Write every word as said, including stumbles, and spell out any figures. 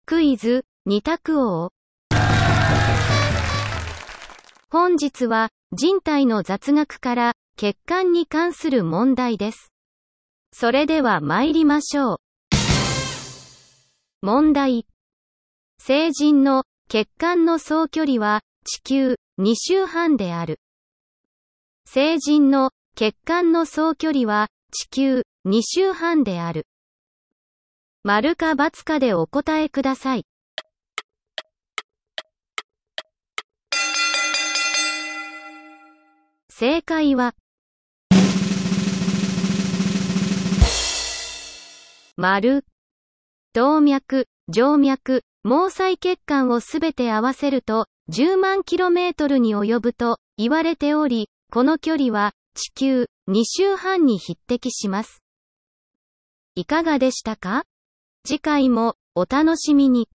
クイズ、二択王。本日は、人体の雑学から、血管に関する問題です。それでは参りましょう。問題。成人の血管の総距離は地球に周半である。成人の血管の総距離は地球に周半である。丸か×かでお答えください。正解は丸。動脈、静脈、毛細血管をすべて合わせるとじゅうまんキロメートルに及ぶと言われており、この距離は地球に周半に匹敵します。いかがでしたか？次回もお楽しみに。